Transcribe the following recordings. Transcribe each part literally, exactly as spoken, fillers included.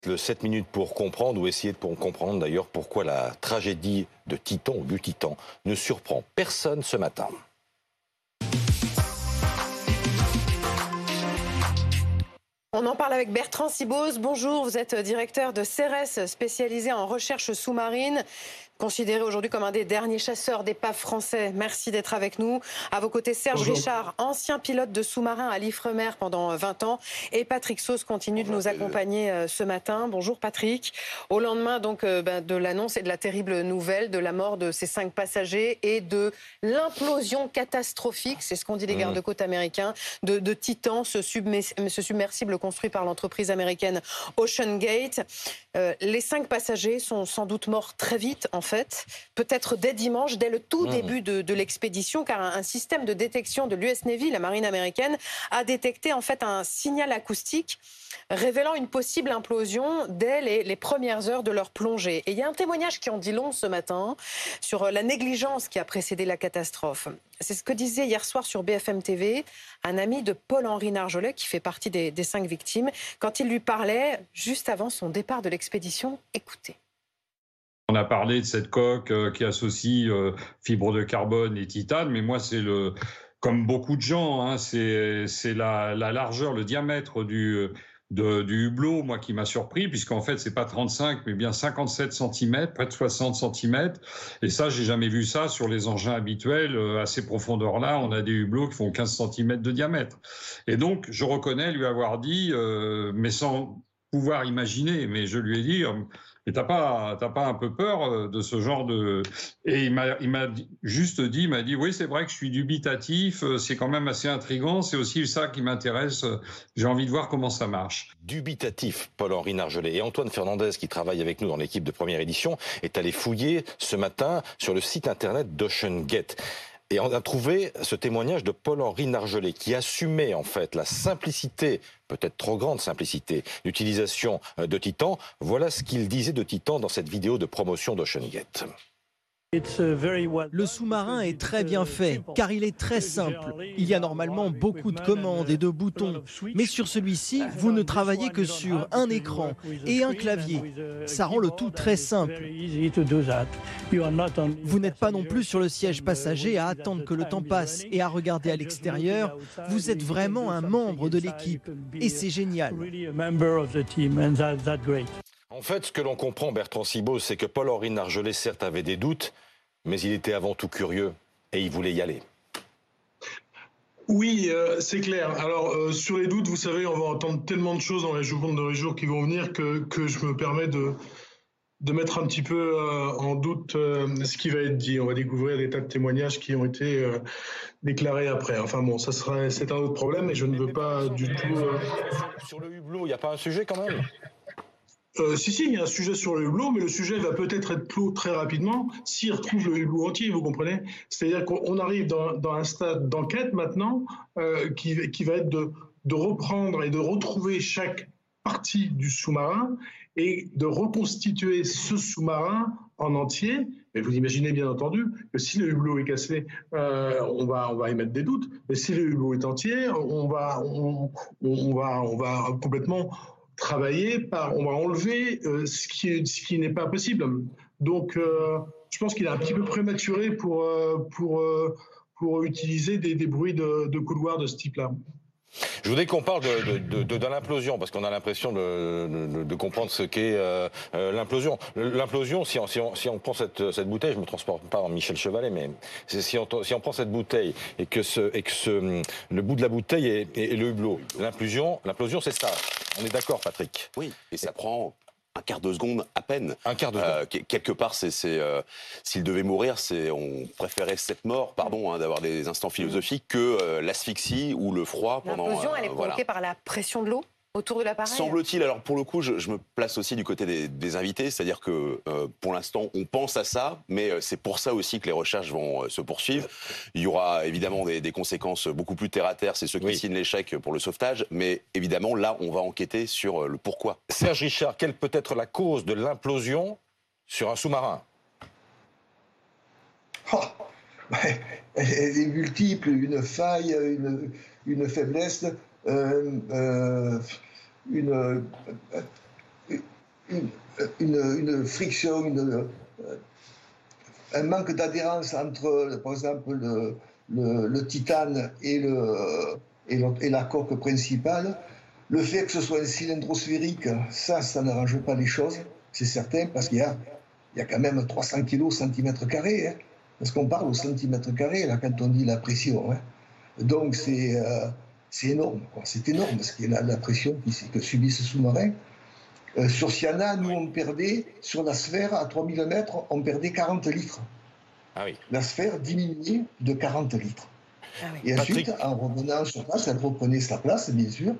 Le sept minutes pour comprendre, ou essayer de comprendre d'ailleurs pourquoi la tragédie de Titan ou du Titan ne surprend personne ce matin. On en parle avec Bertrand Sibose. Bonjour, vous êtes directeur de C E R E S, spécialisé en recherche sous-marine, considéré aujourd'hui comme un des derniers chasseurs d'épaves français. Merci d'être avec nous. À vos côtés, Serge Bonjour. Richard, ancien pilote de sous-marin à l'Ifremer pendant vingt ans. Et Patrick Sauce continue Bonjour. de nous accompagner ce matin. Bonjour Patrick. Au lendemain donc, de l'annonce et de la terrible nouvelle de la mort de ces cinq passagers et de l'implosion catastrophique, c'est ce qu'ont dit les gardes-côtes américains, de, de Titan, ce, ce submersible construit par l'entreprise américaine OceanGate. Euh, les cinq passagers sont sans doute morts très vite, en fait, peut-être dès dimanche, dès le tout mmh. début de, de l'expédition, car un, un système de détection de l'U S Navy, la marine américaine, a détecté en fait un signal acoustique révélant une possible implosion dès les, les premières heures de leur plongée. Et il y a un témoignage qui en dit long ce matin sur la négligence qui a précédé la catastrophe. C'est ce que disait hier soir sur B F M T V un ami de Paul-Henri Nargeolet, qui fait partie des, des cinq victimes, quand il lui parlait juste avant son départ de l'expédition. Écoutez. On a parlé de cette coque euh, qui associe euh, fibre de carbone et titane, mais moi c'est le, comme beaucoup de gens, hein, c'est, c'est la, la largeur, le diamètre du, de, du hublot, moi qui m'a surpris, puisqu'en fait c'est pas trente-cinq, mais bien cinquante-sept centimètres, près de soixante centimètres, et ça j'ai jamais vu ça sur les engins habituels. À ces profondeurs-là, on a des hublots qui font quinze centimètres de diamètre. Et donc je reconnais lui avoir dit, euh, mais sans pouvoir imaginer, mais je lui ai dit... Euh, Et t'as pas, t'as pas un peu peur de ce genre de... Et il m'a, il m'a juste dit, il m'a dit, oui, c'est vrai que je suis dubitatif, c'est quand même assez intriguant, c'est aussi ça qui m'intéresse, j'ai envie de voir comment ça marche. Dubitatif, Paul-Henri Nargeolet. Et Antoine Fernandez, qui travaille avec nous dans l'équipe de Première Édition, est allé fouiller ce matin sur le site internet d'OceanGate. Et on a trouvé ce témoignage de Paul-Henri Nargeolet qui assumait en fait la simplicité, peut-être trop grande simplicité, d'utilisation de Titan. Voilà ce qu'il disait de Titan dans cette vidéo de promotion d'OceanGate. Le sous-marin est très bien fait, car il est très simple. Il y a normalement beaucoup de commandes et de boutons. Mais sur celui-ci, vous ne travaillez que sur un écran et un clavier. Ça rend le tout très simple. Vous n'êtes pas non plus sur le siège passager à attendre que le temps passe et à regarder à l'extérieur. Vous êtes vraiment un membre de l'équipe. Et c'est génial. En fait, ce que l'on comprend, Bertrand Sibose, c'est que Paul-Henri Nargeolet, certes, avait des doutes, mais il était avant tout curieux et il voulait y aller. Oui, euh, c'est clair. Alors, euh, sur les doutes, vous savez, on va entendre tellement de choses dans les jours, dans les jours qui vont venir que, que je me permets de, de mettre un petit peu euh, en doute euh, ce qui va être dit. On va découvrir des tas de témoignages qui ont été euh, déclarés après. Enfin bon, ça serait, c'est un autre problème et je ne veux pas du tout... Euh... Sur le hublot, il n'y a pas un sujet quand même ? Euh, si, si, il y a un sujet sur le hublot, mais le sujet va peut-être être clos très rapidement s'il retrouve le hublot entier, vous comprenez ? C'est-à-dire qu'on arrive dans, dans un stade d'enquête maintenant euh, qui, qui va être de, de reprendre et de retrouver chaque partie du sous-marin et de reconstituer ce sous-marin en entier. Mais vous imaginez bien entendu que si le hublot est cassé, euh, on va, on va émettre des doutes. Mais si le hublot est entier, on va, on, on va, on va complètement... travailler par, on va enlever euh, ce qui est, ce qui n'est pas possible. Donc, euh, je pense qu'il est un petit peu prématuré pour euh, pour euh, pour utiliser des, des bruits de, de couloir de ce type-là. Je voudrais qu'on parle de, de, de, de l'implosion, parce qu'on a l'impression de, de, de comprendre ce qu'est euh, euh, l'implosion. L'implosion, si on, si on, si on prend cette, cette bouteille, je ne me transporte pas en Michel Chevalet, mais si on, si on prend cette bouteille et que, ce, et que ce, le bout de la bouteille est, est, est le hublot, l'implosion, l'implosion, c'est ça. On est d'accord, Patrick ? Oui, et ça prend... un quart de seconde à peine. Un quart de seconde. Euh, quelque part, c'est, c'est, euh, s'il devait mourir, c'est, on préférait cette mort, pardon, hein, d'avoir des instants philosophiques, que euh, l'asphyxie ou le froid pendant... L'implosion, euh, elle est provoquée voilà. par la pression de l'eau autour de l'appareil ? Semble-t-il. Alors pour le coup, je, je me place aussi du côté des, des invités, c'est-à-dire que euh, pour l'instant, on pense à ça, mais euh, c'est pour ça aussi que les recherches vont euh, se poursuivre. Il y aura évidemment des, des conséquences beaucoup plus terre-à-terre, c'est ceux qui oui. signent l'échec pour le sauvetage, mais évidemment, là, on va enquêter sur euh, le pourquoi. Serge Richard, quelle peut être la cause de l'implosion sur un sous-marin ? Oh, elle est multiple, une faille, une, une faiblesse... Euh, euh, une, euh, une, une, une friction, une, un manque d'adhérence entre, par exemple, le, le, le titane et, le, et, le, et la coque principale. Le fait que ce soit un cylindre sphérique, ça, ça n'arrange pas les choses, c'est certain, parce qu'il y a, il y a quand même trois cents kilos centimètre carré, hein, parce qu'on parle au centimètre carré, là, quand on dit la pression. Hein. Donc, c'est euh, énorme, quoi. C'est énorme, ce qui est la, la pression qui, que subit ce sous-marin. Euh, sur Siana, nous, on perdait, sur la sphère, à trois mille mètres, on perdait quarante litres. Ah oui. La sphère diminuait de quarante litres. Ah oui. Et ensuite, Patrick... en revenant sur place, elle reprenait sa place, bien sûr.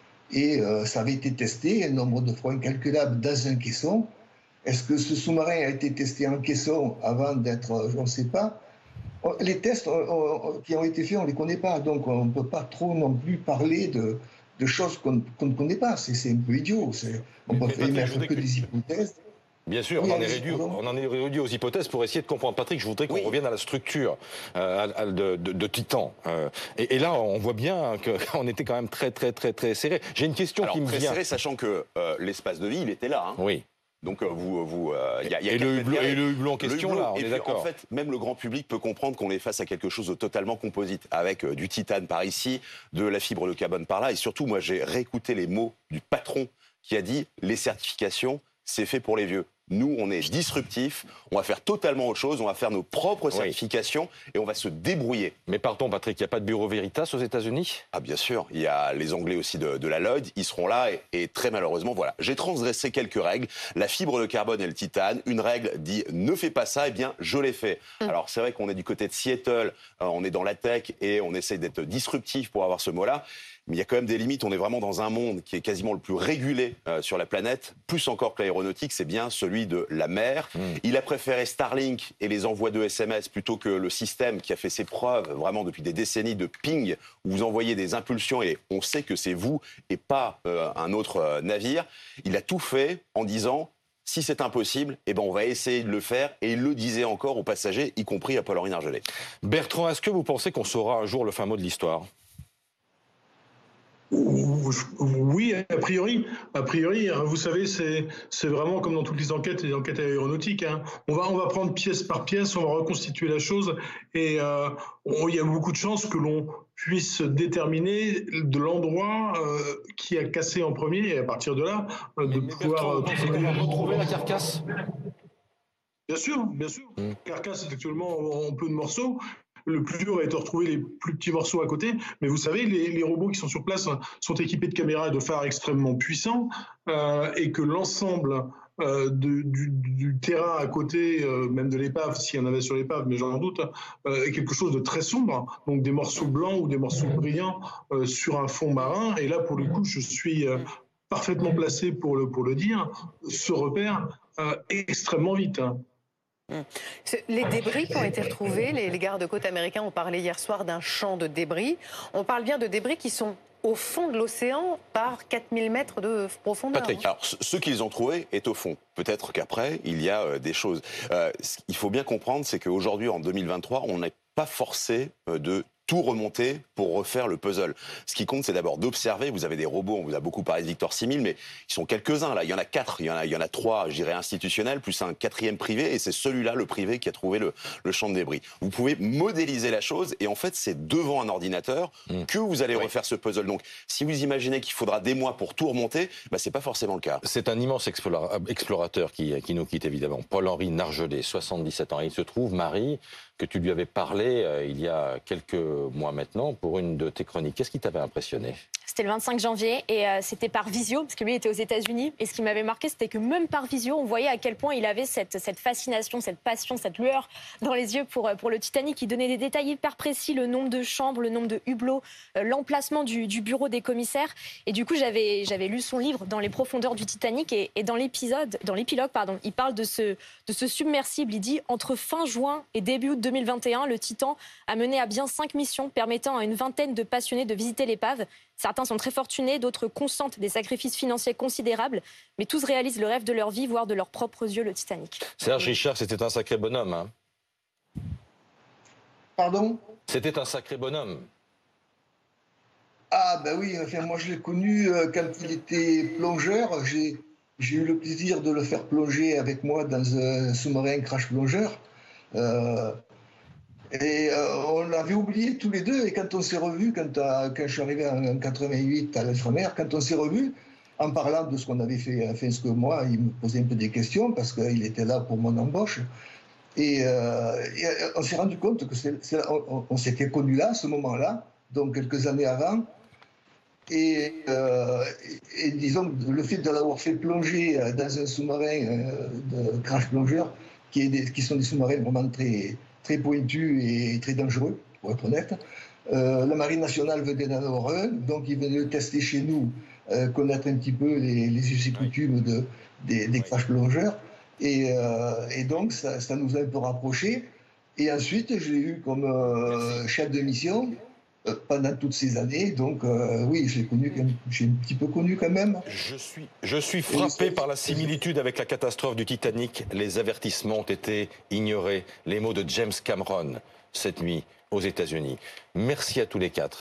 Et euh, ça avait été testé un nombre de fois incalculable dans un caisson. Est-ce que ce sous-marin a été testé en caisson avant d'être, je ne sais pas. Les tests on, on, qui ont été faits, on ne les connaît pas. Donc on ne peut pas trop non plus parler de, de choses qu'on qu'on ne connaît pas. C'est un peu idiot. On peut faire émettre que des hypothèses. Bien sûr, oui, on, en est réduit, on en est réduit aux hypothèses pour essayer de comprendre. Patrick, je voudrais qu'on oui. revienne à la structure euh, de, de, de Titan. Euh, et, et là, on voit bien qu'on était quand même très, très, très, très serré. J'ai une question Alors, qui me très vient. serré, sachant que euh, l'espace de vie, il était là. Hein. Oui. Donc euh, vous, vous, euh, y a, y a et, le hublot, et le hublot en question, hublot, là, on et est puis, d'accord. En fait, même le grand public peut comprendre qu'on est face à quelque chose de totalement composite, avec euh, du titane par ici, de la fibre de carbone par là, et surtout, moi, j'ai réécouté les mots du patron qui a dit « les certifications, c'est fait pour les vieux ». Nous, on est disruptifs, on va faire totalement autre chose, on va faire nos propres certifications oui. et on va se débrouiller. Mais pardon Patrick, il n'y a pas de bureau Veritas aux États-Unis ? Ah bien sûr, il y a les Anglais aussi de, de la Lloyd, ils seront là et, et très malheureusement, voilà. J'ai transgressé quelques règles, la fibre de carbone et le titane, une règle dit ne fais pas ça, eh bien je l'ai fait. Mmh. Alors c'est vrai qu'on est du côté de Seattle, euh, on est dans la tech et on essaye d'être disruptif pour avoir ce mot-là. Mais il y a quand même des limites, on est vraiment dans un monde qui est quasiment le plus régulé euh, sur la planète, plus encore que l'aéronautique, c'est bien celui de la mer. Mmh. Il a préféré Starlink et les envois de S M S plutôt que le système qui a fait ses preuves vraiment depuis des décennies de ping, où vous envoyez des impulsions et on sait que c'est vous et pas euh, un autre euh, navire. Il a tout fait en disant... Si c'est impossible, eh ben on va essayer de le faire. Et il le disait encore aux passagers, y compris à Paul-Henri Nargelet. Bertrand, est-ce que vous pensez qu'on saura un jour le fin mot de l'histoire ? Oui, a priori, a priori, vous savez, c'est c'est vraiment comme dans toutes les enquêtes, les enquêtes aéronautiques. Hein. On va on va prendre pièce par pièce, on va reconstituer la chose, et euh, on, il y a beaucoup de chances que l'on puisse déterminer de l'endroit euh, qui a cassé en premier, et à partir de là, euh, de mais, pouvoir. Mais Bertrand, on va retrouver la carcasse. Bien sûr, bien sûr. Mmh. Carcasse est actuellement en, en peu de morceaux. Le plus dur est de retrouver les plus petits morceaux à côté. Mais vous savez, les, les robots qui sont sur place sont équipés de caméras et de phares extrêmement puissants euh, et que l'ensemble euh, de, du, du terrain à côté, euh, même de l'épave, s'il y en avait sur l'épave, mais j'en doute, euh, est quelque chose de très sombre. Donc des morceaux blancs ou des morceaux brillants euh, sur un fond marin. Et là, pour le coup, je suis euh, parfaitement placé pour le, pour le dire, se repère euh, extrêmement vite. Les débris qui ont été retrouvés, les, les gardes-côtes américains ont parlé hier soir d'un champ de débris. On parle bien de débris qui sont au fond de l'océan par quatre mille mètres de profondeur. Patrick, alors ce qu'ils ont trouvé est au fond. Peut-être qu'après, il y a euh, des choses. Euh, ce qu'il faut bien comprendre, c'est qu'aujourd'hui, en deux mille vingt-trois, on n'est pas forcé euh, de tout remonter pour refaire le puzzle. Ce qui compte, c'est d'abord d'observer. Vous avez des robots, on vous a beaucoup parlé de Victor six mille, mais ils sont quelques-uns là. Il y en a quatre, il y en a, il y en a trois, je dirais institutionnels, plus un quatrième privé, et c'est celui-là, le privé, qui a trouvé le, le champ de débris. Vous pouvez modéliser la chose, et en fait, c'est devant un ordinateur mmh. que vous allez oui. refaire ce puzzle. Donc, si vous imaginez qu'il faudra des mois pour tout remonter, bah, c'est pas forcément le cas. C'est un immense explorateur qui, qui nous quitte, évidemment. Paul-Henri Nargelet, soixante-dix-sept ans. Et il se trouve, Marie, que tu lui avais parlé euh, il y a quelques mois maintenant pour une de tes chroniques. Qu'est-ce qui t'avait impressionné ? C'était le vingt-cinq janvier et euh, c'était par visio, parce que lui était aux États-Unis. Et ce qui m'avait marqué, c'était que même par visio, on voyait à quel point il avait cette, cette fascination, cette passion, cette lueur dans les yeux pour, pour le Titanic. Il donnait des détails hyper précis, le nombre de chambres, le nombre de hublots, euh, l'emplacement du, du bureau des commissaires. Et du coup, j'avais, j'avais lu son livre Dans les profondeurs du Titanic. Et, et dans l'épisode, dans l'épilogue, pardon, il parle de ce, de ce submersible. Il dit « Entre fin juin et début août deux mille vingt et un, le Titan a mené à bien cinq missions permettant à une vingtaine de passionnés de visiter l'épave. Certains sont très fortunés, d'autres consentent des sacrifices financiers considérables, mais tous réalisent le rêve de leur vie, voire de leurs propres yeux, le Titanic. » Serge Richard, c'était un sacré bonhomme. Hein. Pardon ? C'était un sacré bonhomme. Ah ben oui, enfin, moi je l'ai connu euh, quand il était plongeur. J'ai, j'ai eu le plaisir de le faire plonger avec moi dans un sous-marin crash plongeur. Euh, et euh, on l'avait oublié tous les deux. Et quand on s'est revus, quand, euh, quand je suis arrivé en quatre-vingt-huit à l'Outre-mer, quand on s'est revus, en parlant de ce qu'on avait fait, fait ce que moi, il me posait un peu des questions parce qu'il était là pour mon embauche. Et, euh, et on s'est rendu compte que c'est, c'est, on, on s'était connus là, à ce moment-là, donc quelques années avant. Et, euh, et, et disons, le fait de l'avoir fait plonger dans un sous-marin euh, de crash plongeur, qui, est des, qui sont des sous-marins vraiment très, très pointus et très dangereux, pour être honnête. Euh, la Marine nationale venait d'en avoir un, donc ils venaient le tester chez nous, euh, connaître un petit peu les, les us et coutumes de, des, des crash plongeurs. Et, euh, et donc, ça, ça nous a un peu rapprochés. Et ensuite, je l'ai eu comme euh, chef de mission euh, pendant toutes ces années. Donc, euh, oui, je l'ai connu, j'ai un petit peu connu quand même. Je suis, je suis frappé par la similitude avec la catastrophe du Titanic. Les avertissements ont été ignorés. Les mots de James Cameron cette nuit aux États-Unis. Merci à tous les quatre.